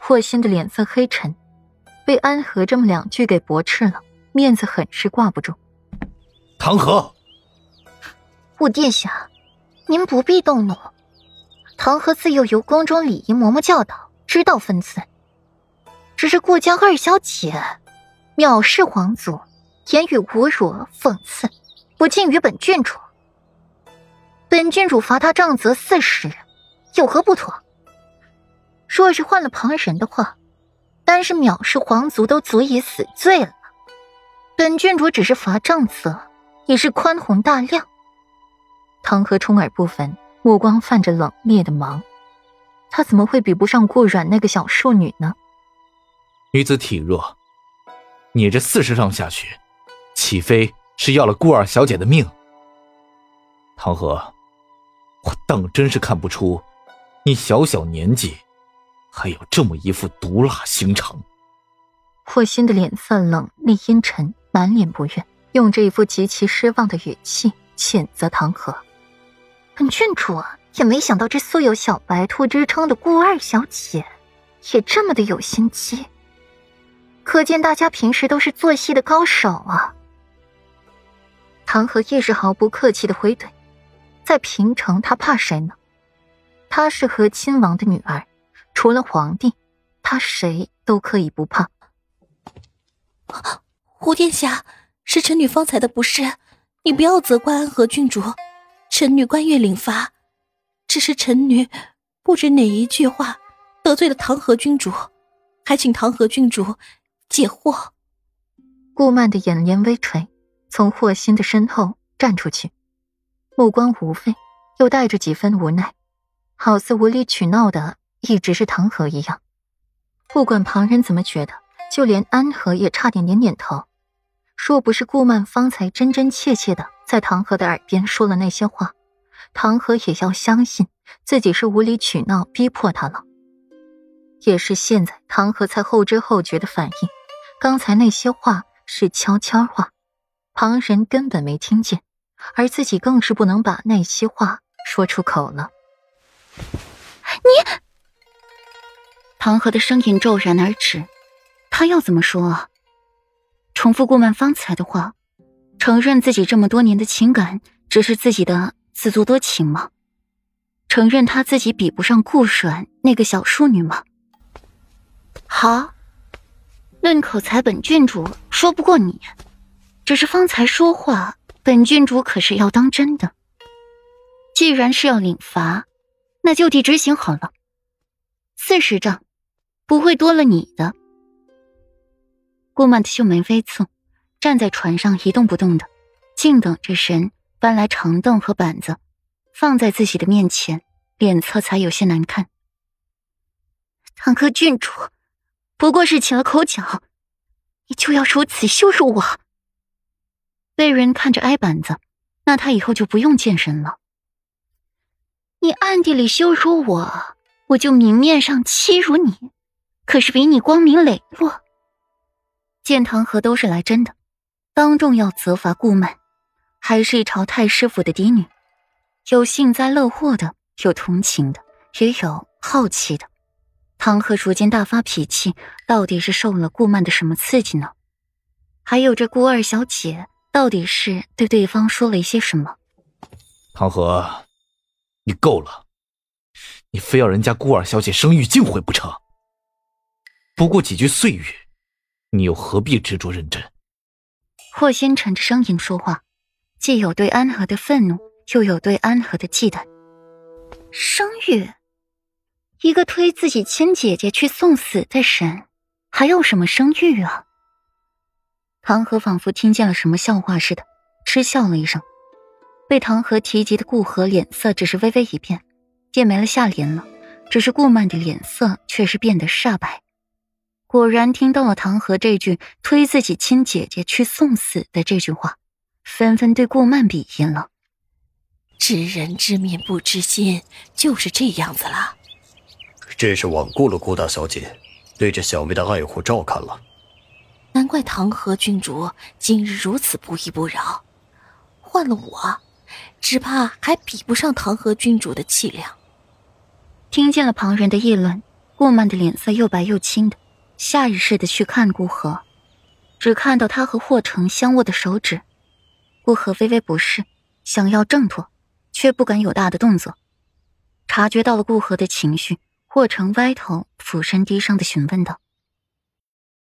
霍心的脸色黑沉，被安和这么2句给驳斥了，面子很是挂不住。 唐河， 顾殿下，您不必动怒。唐河自幼由宫中礼仪嬷嬷教导，知道分寸。只是顾家二小姐藐视皇族，言语侮辱讽刺，不敬于本郡主。本郡主罚她杖责40日，有何不妥？若是换了旁人的话，单是藐视皇族都足以死罪了。本郡主只是罚杖责，已是宽宏大量。 唐河充耳不闻，目光泛着冷冽的芒。他怎么会比不上顾阮那个小庶女呢？ 女子体弱，你这40杖下去，岂非是要了顾二小姐的命？唐河，我当真是看不出你小小年纪还有这么一副毒辣心肠。 霍心的脸色冷厉阴沉，满脸不悦，用这一副极其失望的语气谴责唐河。 本郡主也没想到这素有小白兔之称的顾二小姐也这么的有心机，可见大家平时都是做戏的高手啊。 唐河亦是毫不客气的回怼，在平城他怕谁呢？她是和亲王的女儿，除了皇帝，她谁都可以不怕。 胡殿下，是臣女方才的不是，你不要责怪安和郡主，臣女甘愿领罚。只是臣女不知哪一句话得罪了唐河郡主，还请唐河郡主解惑。 顾曼的眼帘微垂，从霍心的身后站出去，目光无费，又带着几分无奈，好似无理取闹的一直是唐河一样。不管旁人怎么觉得，就连安和也差点点点头。若不是顾曼方才真真切切的在唐河的耳边说了那些话，唐河也要相信自己是无理取闹逼迫他了。也是现在唐河才后知后觉的反应，刚才那些话是悄悄话，旁人根本没听见，而自己更是不能把那些话说出口了。 你！唐河的声音骤然而止，他要怎么说啊？重复顾曼方才的话，承认自己这么多年的情感只是自己的自作多情吗？承认他自己比不上顾阮那个小淑女吗？好，论口才本郡主说不过你，只是方才说话本郡主可是要当真的。既然是要领罚，那就地执行好了。40杖不会多了你的。顾曼的秀眉微蹙，站在船上一动不动的，静等着神搬来长凳和板子，放在自己的面前，脸色才有些难看。唐河郡主不过是起了口角，你就要如此羞辱我？被人看着挨板子，那他以后就不用见人了。你暗地里羞辱我，我就明面上欺辱你，可是比你光明磊落。见唐河都是来真的，当众要责罚顾曼，还是一朝太师府的嫡女，有幸灾乐祸的，有同情的，也有好奇的。唐河如今大发脾气，到底是受了顾曼的什么刺激呢？还有这顾二小姐到底是对对方说了一些什么？ 唐河，你够了，你非要人家顾二小姐声誉尽毁不成？不过几句碎语，你又何必执着认真？ 霍仙沉着声音说话，既有对安和的愤怒，又有对安和的忌惮。声誉？一个推自己亲姐姐去送死的人，还有什么声誉啊？唐河仿佛听见了什么笑话似的，嗤笑了一声。被唐河提及的顾河脸色只是微微一变，便没了下联了，只是顾曼的脸色却是变得煞白。果然听到了唐河这句推自己亲姐姐去送死的这句话，纷纷对顾曼鄙夷了。 知人知面不知心，就是这样子了。 这是罔顾了顾大小姐对这小妹的爱护照看了。 难怪唐河郡主今日如此不依不饶，换了我，只怕还比不上唐河郡主的气量。 听见了旁人的议论， 顾曼的脸色又白又青的，下意识的去看顾河，只看到他和霍成相握的手指。顾河微微不适，想要挣脱，却不敢有大的动作。察觉到了顾河的情绪，霍成歪头俯身低声的询问道：“